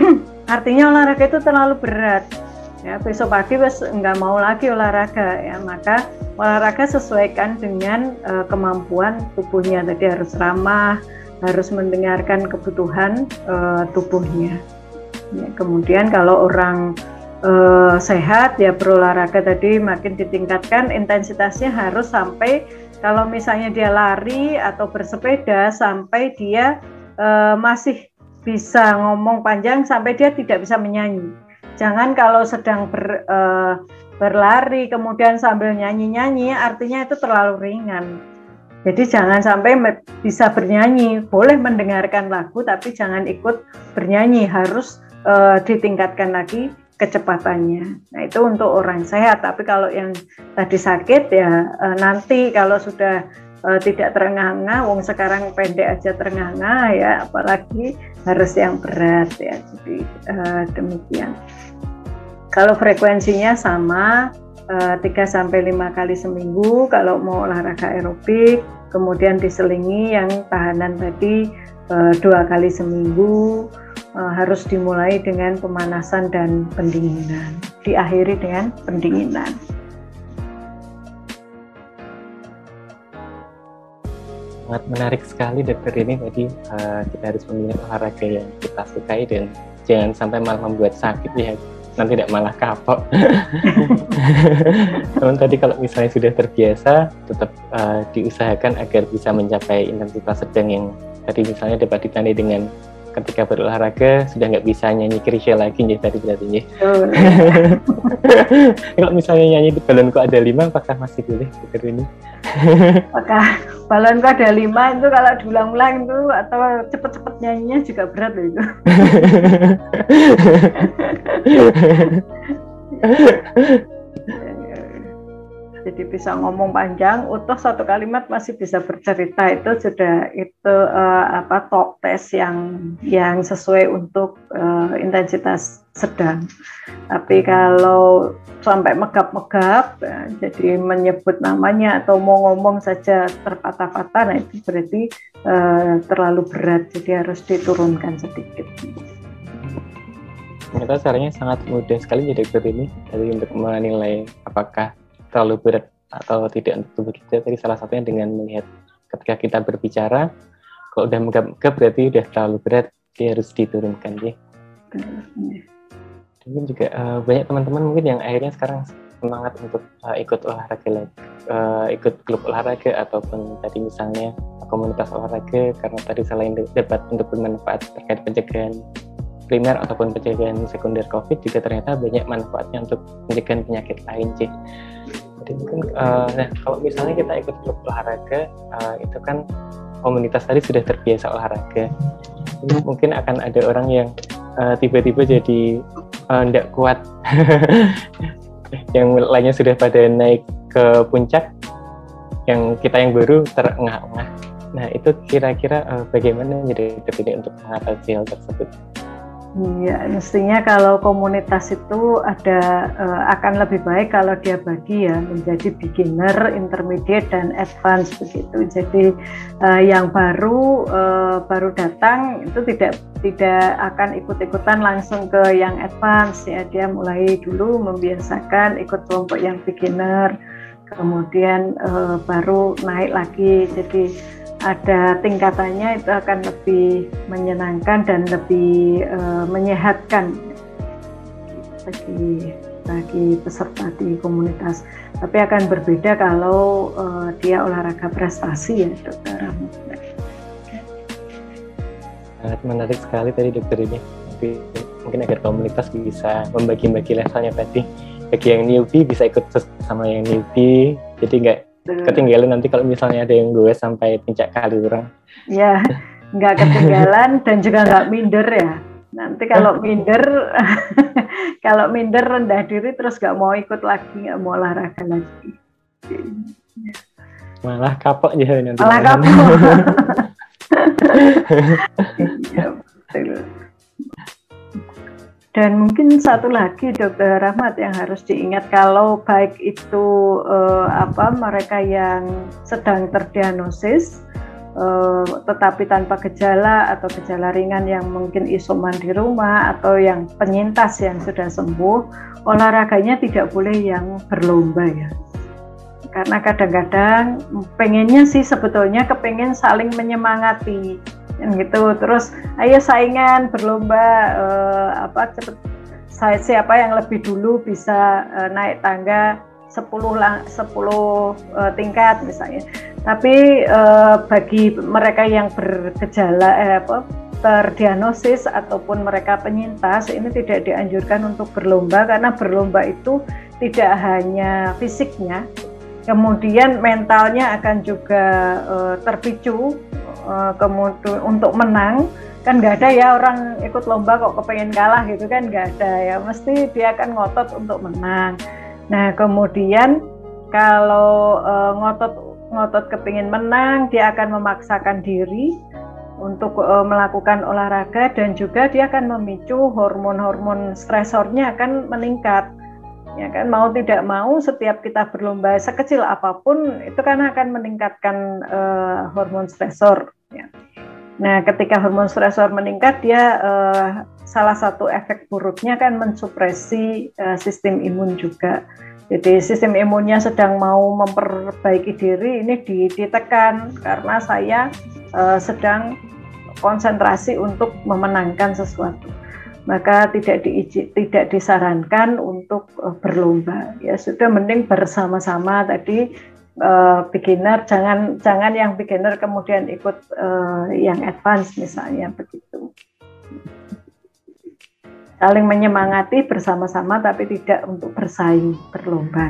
Artinya olahraga itu terlalu berat. Ya, besok pagi wes nggak mau lagi olahraga ya, maka olahraga sesuaikan dengan uh, kemampuan tubuhnya. Tadi harus ramah, harus mendengarkan kebutuhan uh, tubuhnya. Ya, kemudian kalau orang uh, sehat ya berolahraga tadi makin ditingkatkan intensitasnya harus sampai kalau misalnya dia lari atau bersepeda sampai dia uh, masih bisa ngomong panjang sampai dia tidak bisa menyanyi. Jangan kalau sedang ber, uh, berlari kemudian sambil nyanyi-nyanyi, artinya itu terlalu ringan. Jadi jangan sampai bisa bernyanyi, boleh mendengarkan lagu tapi jangan ikut bernyanyi, harus uh, ditingkatkan lagi kecepatannya. Nah itu untuk orang sehat, tapi kalau yang tadi sakit ya uh, nanti kalau sudah uh, tidak terengah-engah, wong sekarang pendek aja terengah-engah ya, apalagi harus yang berat ya. Jadi uh, demikian. Kalau frekuensinya sama uh, tiga sampai lima kali seminggu kalau mau olahraga aerobik, kemudian diselingi yang tahanan tadi uh, dua kali seminggu, uh, harus dimulai dengan pemanasan dan pendinginan, diakhiri dengan pendinginan. Sangat menarik sekali dokter ini tadi, uh, kita harus memilih olahraga yang kita sukai dan jangan sampai malah membuat sakit ya, nanti tidak malah kapok. Namun tadi kalau misalnya sudah terbiasa tetap uh, diusahakan agar bisa mencapai intensitas sedang yang tadi misalnya dapat ditandai dengan ketika berolahraga sudah nggak bisa nyanyi Krisya lagi nih tadi berarti nih. Oh, kalau misalnya nyanyi di balonku ada lima, apakah masih boleh seperti ini? Apakah balonku ada lima itu kalau diulang-ulang itu atau cepet-cepet nyanyinya juga berat loh itu. Jadi bisa ngomong panjang, utuh satu kalimat masih bisa bercerita, itu sudah itu uh, apa talk test yang yang sesuai untuk uh, intensitas sedang. Tapi kalau sampai megap-megap, ya, jadi menyebut namanya atau mau ngomong saja terpatah-patah, nah itu berarti uh, terlalu berat, jadi harus diturunkan sedikit. Ternyata caranya sangat mudah sekali ya dokter ini, dari untuk menilai apakah terlalu berat atau tidak untuk tubuh kita. Tadi salah satunya dengan melihat ketika kita berbicara, kalau udah megap-megap berarti udah terlalu berat, dia harus diturunkan ya. Mungkin juga uh, banyak teman-teman mungkin yang akhirnya sekarang semangat untuk uh, ikut olahraga lagi, uh, ikut klub olahraga ataupun tadi misalnya komunitas olahraga, karena tadi selain dapat untuk bermanfaat terkait pencegahan primer ataupun pencegahan sekunder COVID, juga ternyata banyak manfaatnya untuk pencegahan penyakit lain sih. Jadi mungkin uh, nah kalau misalnya kita ikut klub olahraga, uh, itu kan komunitas tadi sudah terbiasa olahraga. Ini mungkin akan ada orang yang uh, tiba-tiba jadi tidak uh, kuat, yang lainnya sudah pada naik ke puncak, yang kita yang baru terengah-engah. Nah itu kira-kira uh, bagaimana jadi terpilih untuk mengatasi hal tersebut? Iya, mestinya kalau komunitas itu ada uh, akan lebih baik kalau dia bagi ya menjadi beginner, intermediate dan advance begitu. Jadi uh, yang baru uh, baru datang itu tidak tidak akan ikut-ikutan langsung ke yang advance ya. Dia mulai dulu membiasakan ikut kelompok yang beginner. kemudian uh, baru naik lagi. Jadi ada tingkatannya, itu akan lebih menyenangkan dan lebih uh, menyehatkan bagi bagi peserta di komunitas. Tapi akan berbeda kalau uh, dia olahraga prestasi ya, Dokter Rahmat. Sangat menarik sekali tadi dokter ini. Tapi mungkin agar komunitas bisa membagi-bagi levelnya tadi. Bagi yang newbie bisa ikut sama yang newbie, jadi nggak ketinggalan nanti kalau misalnya ada yang gue sampai puncak Kaliurang. Ya, nggak ketinggalan dan juga nggak minder ya. Nanti kalau minder, kalau minder rendah diri terus nggak mau ikut lagi, nggak mau olahraga lagi. Malah kapok aja nanti. Malah kapok. Iya, betul. Dan mungkin satu lagi Dokter Rahmat yang harus diingat, kalau baik itu eh, apa mereka yang sedang terdiagnosis eh, tetapi tanpa gejala atau gejala ringan yang mungkin isoman di rumah, atau yang penyintas yang sudah sembuh, olahraganya tidak boleh yang berlomba ya. Karena kadang-kadang pengennya sih sebetulnya kepengen saling menyemangati gitu, terus ayo saingan berlomba eh, apa cepet saya siapa yang lebih dulu bisa eh, naik tangga sepuluh eh, tingkat misalnya. Tapi eh, bagi mereka yang bergejala eh, apa terdiagnosis ataupun mereka penyintas, ini tidak dianjurkan untuk berlomba, karena berlomba itu tidak hanya fisiknya, kemudian mentalnya akan juga uh, terpicu uh, kemudian untuk menang. Kan nggak ada ya orang ikut lomba kok kepengen kalah gitu kan, nggak ada ya, mesti dia akan ngotot untuk menang. Nah kemudian kalau uh, ngotot ngotot kepingin menang, dia akan memaksakan diri untuk uh, melakukan olahraga, dan juga dia akan memicu hormon-hormon stresornya akan meningkat. Ya kan, mau tidak mau setiap kita berlomba sekecil apapun itu kan akan meningkatkan uh, hormon stresor ya. Nah ketika hormon stresor meningkat, dia uh, salah satu efek buruknya kan mensupresi uh, sistem imun juga. Jadi sistem imunnya sedang mau memperbaiki diri, ini ditekan karena saya uh, sedang konsentrasi untuk memenangkan sesuatu. Maka tidak diiji, tidak disarankan untuk uh, berlomba. Ya sudah, mending bersama-sama tadi uh, beginner, jangan jangan yang beginner kemudian ikut uh, yang advance misalnya begitu. Saling menyemangati bersama-sama tapi tidak untuk bersaing berlomba.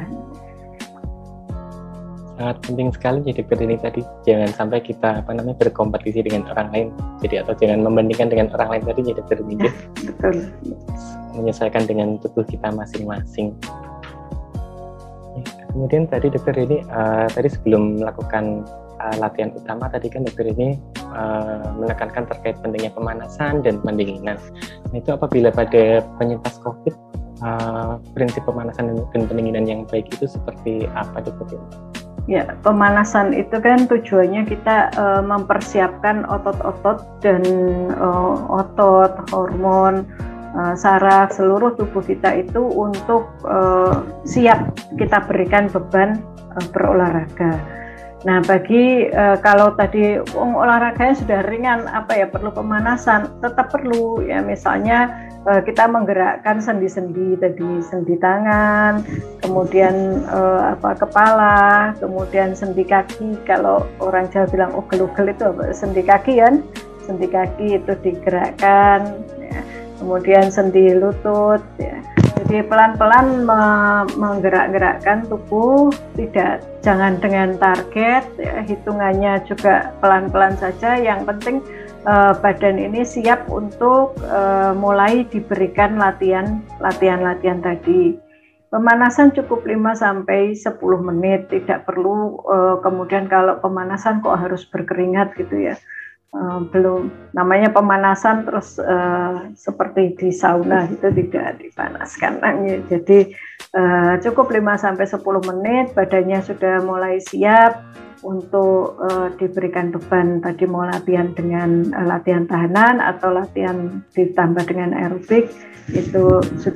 Sangat penting sekali ya dokter ini tadi, jangan sampai kita apa namanya berkompetisi dengan orang lain, jadi atau jangan membandingkan dengan orang lain tadi ya dokter ini. Ya, betul. Menyesuaikan dengan tubuh kita masing-masing. Ya, kemudian tadi dokter ini uh, tadi sebelum melakukan uh, latihan utama tadi kan dokter ini uh, menekankan terkait pentingnya pemanasan dan pendinginan. Nah, itu apabila pada penyintas COVID, uh, prinsip pemanasan dan pendinginan yang baik itu seperti apa dokter? Ya, pemanasan itu kan tujuannya kita uh, mempersiapkan otot-otot dan uh, otot, hormon, uh, saraf, seluruh tubuh kita itu untuk uh, siap kita berikan beban uh, berolahraga. Nah, bagi uh, kalau tadi um, olahraganya sudah ringan, apa ya perlu pemanasan, tetap perlu ya, misalnya uh, kita menggerakkan sendi-sendi tadi, sendi tangan, kemudian uh, apa kepala, kemudian sendi kaki. Kalau orang Jawa bilang oh gelugel itu apa? Sendi kaki kan, sendi kaki itu digerakkan, ya. Kemudian sendi lutut, ya. Jadi pelan-pelan me- menggerak-gerakkan tubuh, tidak jangan dengan target, ya, hitungannya juga pelan-pelan saja. Yang penting uh, badan ini siap untuk uh, mulai diberikan latihan latihan-latihan tadi. Pemanasan cukup lima sampai sepuluh menit, tidak perlu uh, kemudian kalau pemanasan kok harus berkeringat gitu ya. Uh, belum, namanya pemanasan terus uh, seperti di sauna itu tidak dipanaskan. Jadi uh, cukup lima sampai sepuluh menit, badannya sudah mulai siap untuk uh, diberikan beban. Tadi mau latihan dengan uh, latihan tahanan atau latihan ditambah dengan aerobik, itu sudah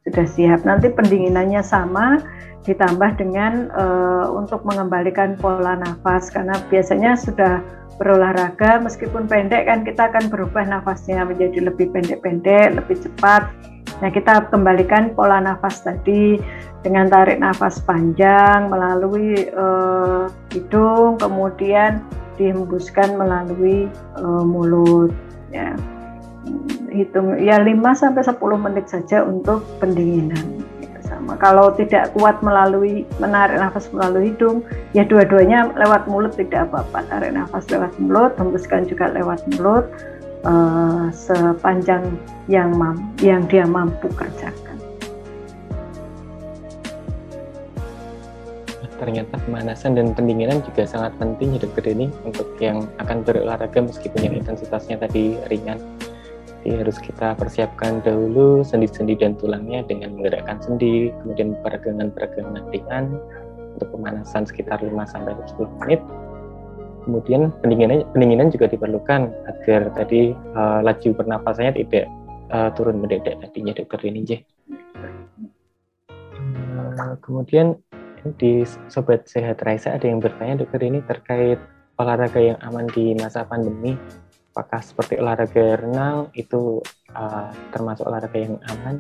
sudah siap. Nanti pendinginannya sama, ditambah dengan uh, untuk mengembalikan pola nafas, karena biasanya sudah berolahraga meskipun pendek kan kita akan berubah nafasnya menjadi lebih pendek-pendek, lebih cepat. Nah, kita kembalikan pola nafas tadi dengan tarik nafas panjang melalui uh, hidung, kemudian dihembuskan melalui uh, mulut. Ya, hitung ya lima sampai sepuluh menit saja untuk pendinginan. Sama. Kalau tidak kuat melalui menarik nafas melalui hidung, ya dua-duanya lewat mulut tidak apa-apa. Tarik nafas lewat mulut, hembuskan juga lewat mulut, uh, sepanjang yang mam, yang dia mampu kerjakan. Ternyata pemanasan dan pendinginan juga sangat penting ya dokter ini untuk yang akan berolahraga meskipun yang intensitasnya tadi ringan. Jadi harus kita persiapkan dahulu sendi-sendi dan tulangnya dengan menggerakkan sendi, kemudian peregangan-peregangan ringan untuk pemanasan sekitar lima sampai sepuluh menit. Kemudian pendinginan, pendinginan juga diperlukan agar tadi uh, laju pernapasannya tidak uh, turun mendadak tadinya dokter ini. Uh, kemudian di Sobat Sehat Raisa ada yang bertanya dokter ini terkait olahraga yang aman di masa pandemi. Apakah seperti olahraga renang itu uh, termasuk olahraga yang aman?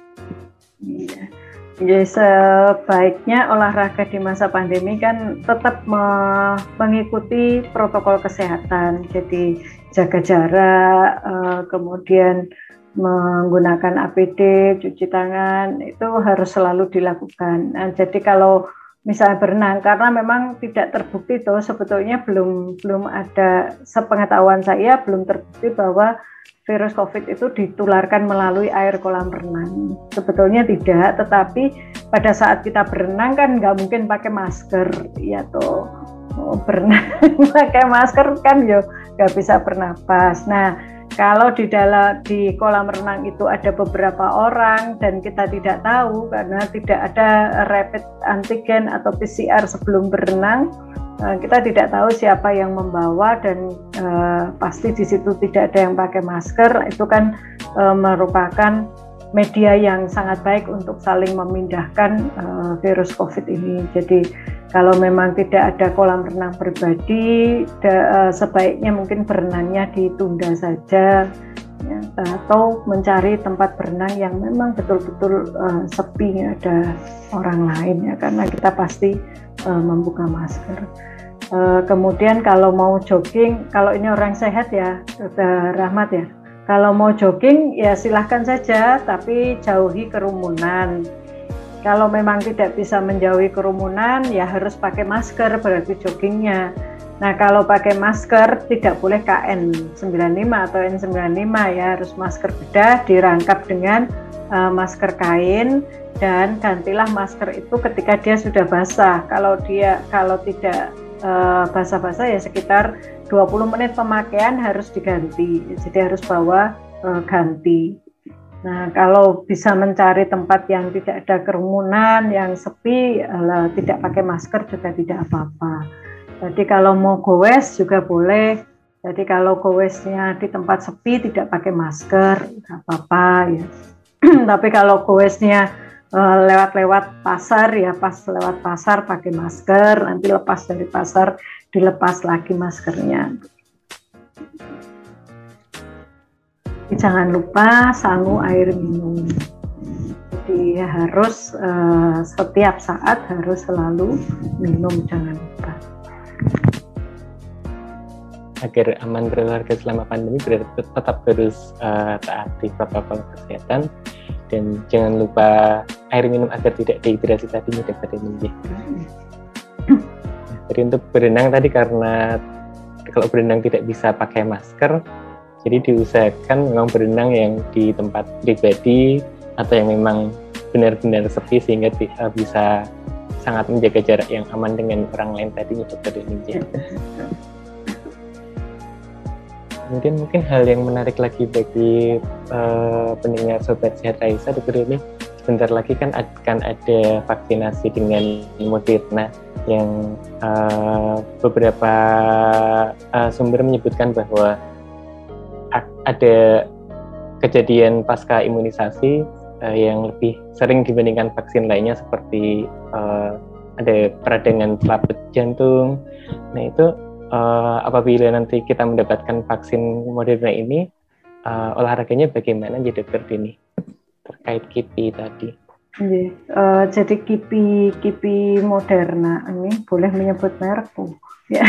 Iya, jadi sebaiknya olahraga di masa pandemi kan tetap me- mengikuti protokol kesehatan. Jadi jaga jarak, uh, kemudian menggunakan A P D, cuci tangan, itu harus selalu dilakukan. Nah, jadi kalau misalnya berenang, karena memang tidak terbukti tuh sebetulnya belum belum ada, sepengetahuan saya belum terbukti bahwa virus COVID itu ditularkan melalui air kolam renang. Sebetulnya tidak, tetapi pada saat kita berenang kan nggak mungkin pakai masker, ya toh. Oh, berenang pakai masker kan yo nggak bisa bernapas. Nah, kalau di dalam di kolam renang itu ada beberapa orang dan kita tidak tahu karena tidak ada rapid antigen atau P C R sebelum berenang, kita tidak tahu siapa yang membawa dan uh, pasti di situ tidak ada yang pakai masker. Itu kan uh, merupakan media yang sangat baik untuk saling memindahkan uh, virus COVID ini. Jadi kalau memang tidak ada kolam renang pribadi, da, uh, sebaiknya mungkin berenangnya ditunda saja, ya, atau mencari tempat berenang yang memang betul-betul uh, sepi, ada orang lain, ya, karena kita pasti uh, membuka masker. Uh, kemudian kalau mau jogging, kalau ini orang sehat ya, Dokter Rahmat ya, kalau mau jogging ya silahkan saja, tapi jauhi kerumunan. Kalau memang tidak bisa menjauhi kerumunan, ya harus pakai masker berarti joggingnya. Nah, kalau pakai masker tidak boleh K N sembilan puluh lima atau N sembilan puluh lima, ya harus masker bedah dirangkap dengan uh, masker kain, dan gantilah masker itu ketika dia sudah basah. Kalau dia kalau tidak uh, basah-basah ya sekitar dua puluh menit pemakaian harus diganti. Jadi harus bawa uh, ganti. Nah, kalau bisa mencari tempat yang tidak ada kerumunan, yang sepi, uh, tidak pakai masker juga tidak apa-apa. Jadi kalau mau goes juga boleh. Jadi kalau goesnya di tempat sepi tidak pakai masker, nggak apa-apa ya. Tapi kalau goesnya uh, lewat-lewat pasar, ya pas lewat pasar pakai masker, nanti lepas dari pasar dilepas lagi maskernya. Jangan lupa sangu air minum. Jadi harus uh, setiap saat harus selalu minum, jangan lupa. Agar aman berolahraga selama pandemi berarti tetap harus uh, taati protokol kesehatan dan jangan lupa air minum agar tidak dehidrasi tadinya dapat diminum. Jadi untuk berenang tadi karena kalau berenang tidak bisa pakai masker, jadi diusahakan memang berenang yang di tempat pribadi atau yang memang benar-benar sepi sehingga uh, bisa sangat menjaga jarak yang aman dengan orang lain tadi dokter Deninja. Kemudian mungkin hal yang menarik lagi bagi uh, pendengar Sobat Sehat Raisa dokter ini, sebentar lagi kan akan ada vaksinasi dengan Moderna yang uh, beberapa uh, sumber menyebutkan bahwa ada kejadian pasca imunisasi uh, yang lebih sering dibandingkan vaksin lainnya seperti uh, ada peradangan selaput jantung. Nah itu uh, apabila nanti kita mendapatkan vaksin Moderna ini, uh, olahraganya bagaimana ya Dokter Dini terkait kipi tadi? Yeah. Uh, jadi kipi kipi Moderna ini boleh menyebut merek bu? Ya.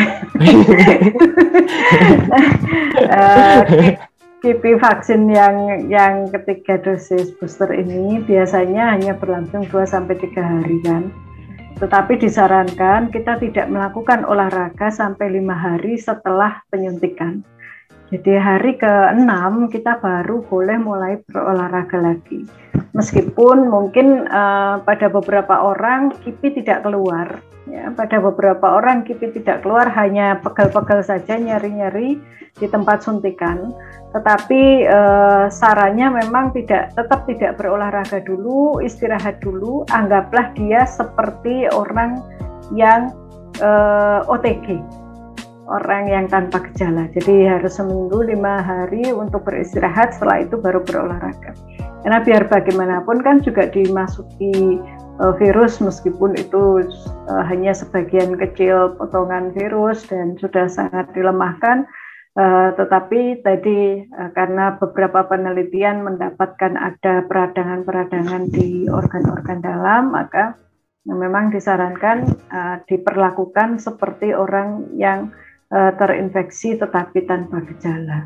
uh, kipi vaksin yang yang ketiga dosis booster ini biasanya hanya berlangsung dua sampai tiga hari kan. Tetapi disarankan kita tidak melakukan olahraga sampai lima hari setelah penyuntikan. Jadi hari keenam kita baru boleh mulai berolahraga lagi. Meskipun mungkin uh, pada beberapa orang kipi tidak keluar, ya, pada beberapa orang kipi tidak keluar hanya pegel-pegel saja, nyeri-nyeri di tempat suntikan. Tetapi uh, sarannya memang tidak, tetap tidak berolahraga dulu, istirahat dulu. Anggaplah dia seperti orang yang uh, O T G. Orang yang tanpa gejala, jadi harus seminggu lima hari untuk beristirahat, setelah itu baru berolahraga. Karena biar bagaimanapun kan juga dimasuki uh, virus, meskipun itu uh, hanya sebagian kecil potongan virus dan sudah sangat dilemahkan, uh, tetapi tadi uh, karena beberapa penelitian mendapatkan ada peradangan-peradangan di organ-organ dalam, maka memang disarankan uh, diperlakukan seperti orang yang terinfeksi tetapi tanpa gejala.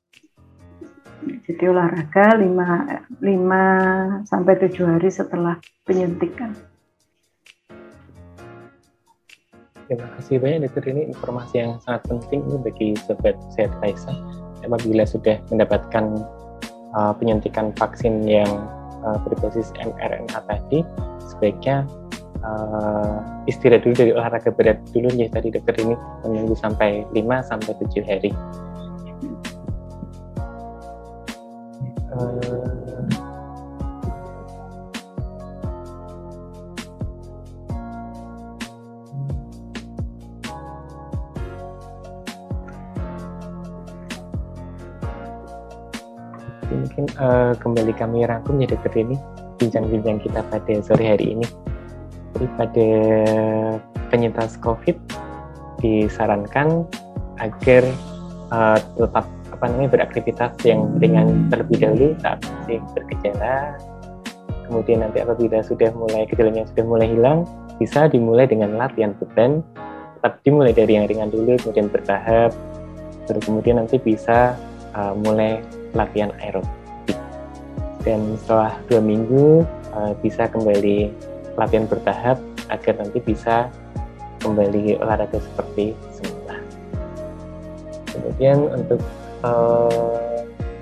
Jadi olahraga lima sampai tujuh hari setelah penyuntikan. Terima kasih banyak Dokter, ini informasi yang sangat penting bagi Sobat Sehat Raisa. Apabila sudah mendapatkan uh, penyuntikan vaksin yang uh, berbasis m R N A tadi, sebaiknya Uh, istirahat dulu dari olahraga berat dulu ya tadi Dokter, ini menunggu sampai lima sampai tujuh hari. Uh, mungkin uh, kembali kami rangkum ya Dokter, ini bincang-bincang kita pada sore hari ini. Jadi pada penyintas COVID disarankan agar uh, tetap apa namanya beraktivitas yang ringan terlebih dahulu saat masih bergejala. Kemudian nanti apabila sudah mulai gejalanya sudah mulai hilang, bisa dimulai dengan latihan beban. Tetap dimulai dari yang ringan dulu, kemudian bertahap, baru kemudian nanti bisa uh, mulai latihan aerobik. Dan setelah dua minggu uh, bisa kembali latihan bertahap agar nanti bisa kembali olahraga seperti semula. Kemudian untuk uh,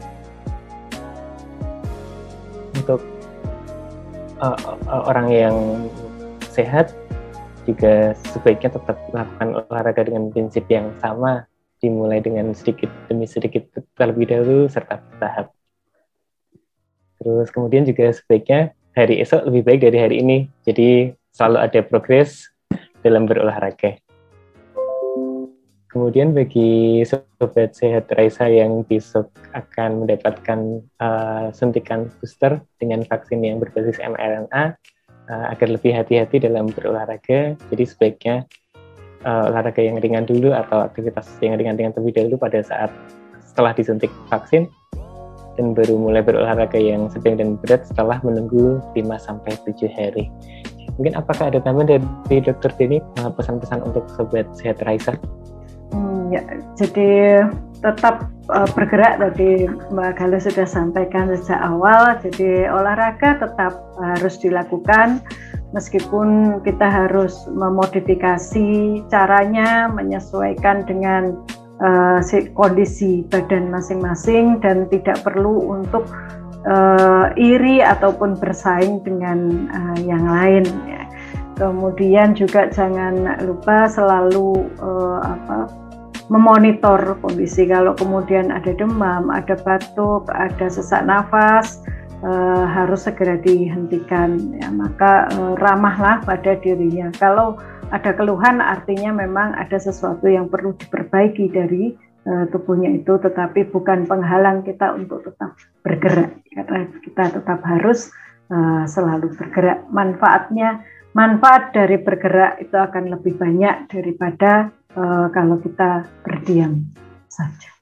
untuk uh, uh, orang yang sehat juga sebaiknya tetap melakukan olahraga dengan prinsip yang sama, dimulai dengan sedikit demi sedikit terlebih dahulu serta bertahap. Terus kemudian juga sebaiknya hari esok lebih baik dari hari ini, jadi selalu ada progres dalam berolahraga. Kemudian bagi Sobat Sehat Raisa yang besok akan mendapatkan uh, suntikan booster dengan vaksin yang berbasis m R N A, uh, agar lebih hati-hati dalam berolahraga, jadi sebaiknya uh, olahraga yang ringan dulu atau aktivitas yang ringan-ringan terlebih dahulu pada saat setelah disuntik vaksin, dan baru mulai berolahraga yang sedang dan berat setelah menunggu lima sampai tujuh hari. Mungkin apakah ada tambahan dari Dokter Dini, pesan-pesan untuk Sobat Sehat Raisa? Hmm, ya, jadi tetap uh, bergerak tadi Mbak Galuh sudah sampaikan sejak awal. Jadi olahraga tetap harus dilakukan, meskipun kita harus memodifikasi caranya menyesuaikan dengan Uh, kondisi badan masing-masing dan tidak perlu untuk uh, iri ataupun bersaing dengan uh, yang lain ya. Kemudian juga jangan lupa selalu uh, apa, memonitor kondisi. Kalau kemudian ada demam, ada batuk, ada sesak nafas, uh, harus segera dihentikan ya. Maka uh, ramahlah pada dirinya. Kalau ada keluhan, artinya memang ada sesuatu yang perlu diperbaiki dari uh, tubuhnya itu, tetapi bukan penghalang kita untuk tetap bergerak, karena kita tetap harus uh, selalu bergerak. Manfaatnya, manfaat dari bergerak itu akan lebih banyak daripada uh, kalau kita berdiam saja.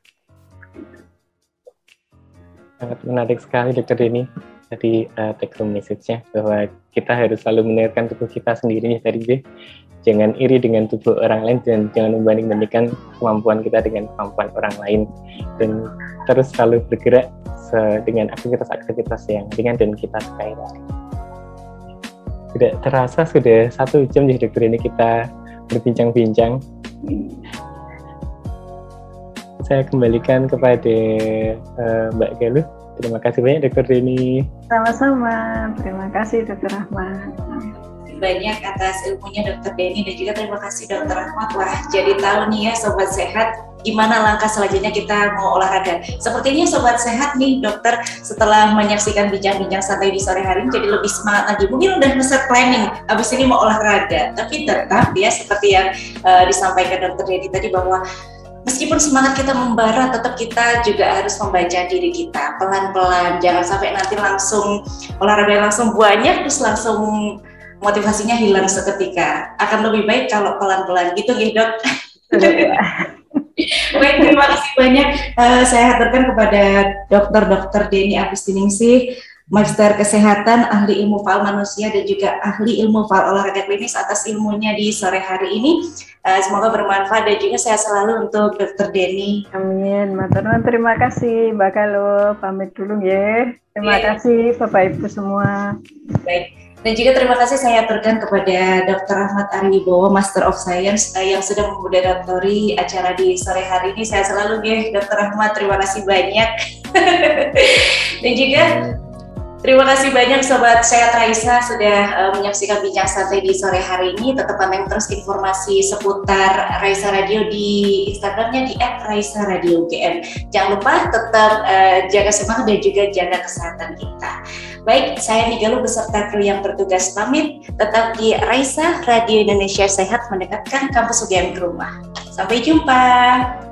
Sangat menarik sekali Dokter Deni. Tadi uh, take home message-nya bahwa kita harus selalu mendengarkan tubuh kita sendiri tadi deh. Jangan iri dengan tubuh orang lain dan jangan membanding-bandingkan kemampuan kita dengan kemampuan orang lain, dan terus selalu bergerak dengan aktivitas-aktivitas yang ringan dan kita sukai. Tidak terasa sudah satu jam ya Dokter, ini kita berbincang-bincang. Saya kembalikan kepada uh, Mbak Galuh. Terima kasih banyak Dokter Deni. Sama-sama, terima kasih Dokter Rahmat. Banyak atas ilmunya Dokter Deni, dan juga terima kasih Dokter Rahmat. Wah, jadi tahu nih ya Sobat Sehat, gimana langkah selanjutnya kita mau olahraga. Sepertinya Sobat Sehat nih Dokter, setelah menyaksikan bincang-bincang santai di sore hari ini jadi lebih semangat lagi. Mungkin udah nge-set planning, abis ini mau olahraga. Tapi tetap ya seperti yang uh, disampaikan Dokter Deni tadi, bahwa meskipun semangat kita membara, tetap kita juga harus membaca diri kita pelan-pelan. Jangan sampai nanti langsung olahraga langsung banyak terus langsung motivasinya hilang seketika. Akan lebih baik kalau pelan-pelan gitu ya Dok. Baik, terima kasih banyak. Uh, saya haturkan kepada Dokter Dokter Deni Agustiningsih, Magister Kesehatan, ahli ilmu faal manusia dan juga ahli ilmu faal olahraga klinis, atas ilmunya di sore hari ini. Uh, semoga bermanfaat dan juga sehat selalu untuk Dokter Deni. Amin. Matur nuwun, terima kasih Mbak Galuh. Pamit dulu ya. Terima yeah. kasih Bapak Ibu semua. Baik. Dan juga terima kasih saya aturkan kepada Dokter Rahmat Ariwibowo, Master of Science, uh, yang sudah memoderatori acara di sore hari ini. Saya selalu ya Dokter Rahmat, terima kasih banyak. Dan juga terima kasih banyak Sobat Sehat Raisa sudah uh, menyaksikan bincang santai di sore hari ini. Tetap pantengin terus informasi seputar Raisa Radio di Instagramnya di et raisa radio g m. Jangan lupa tetap uh, jaga semangat dan juga jaga kesehatan kita. Baik, saya Nigaluh beserta kru yang bertugas pamit. Tetap di Raisa Radio Indonesia Sehat, mendekatkan kampus U G M ke rumah. Sampai jumpa.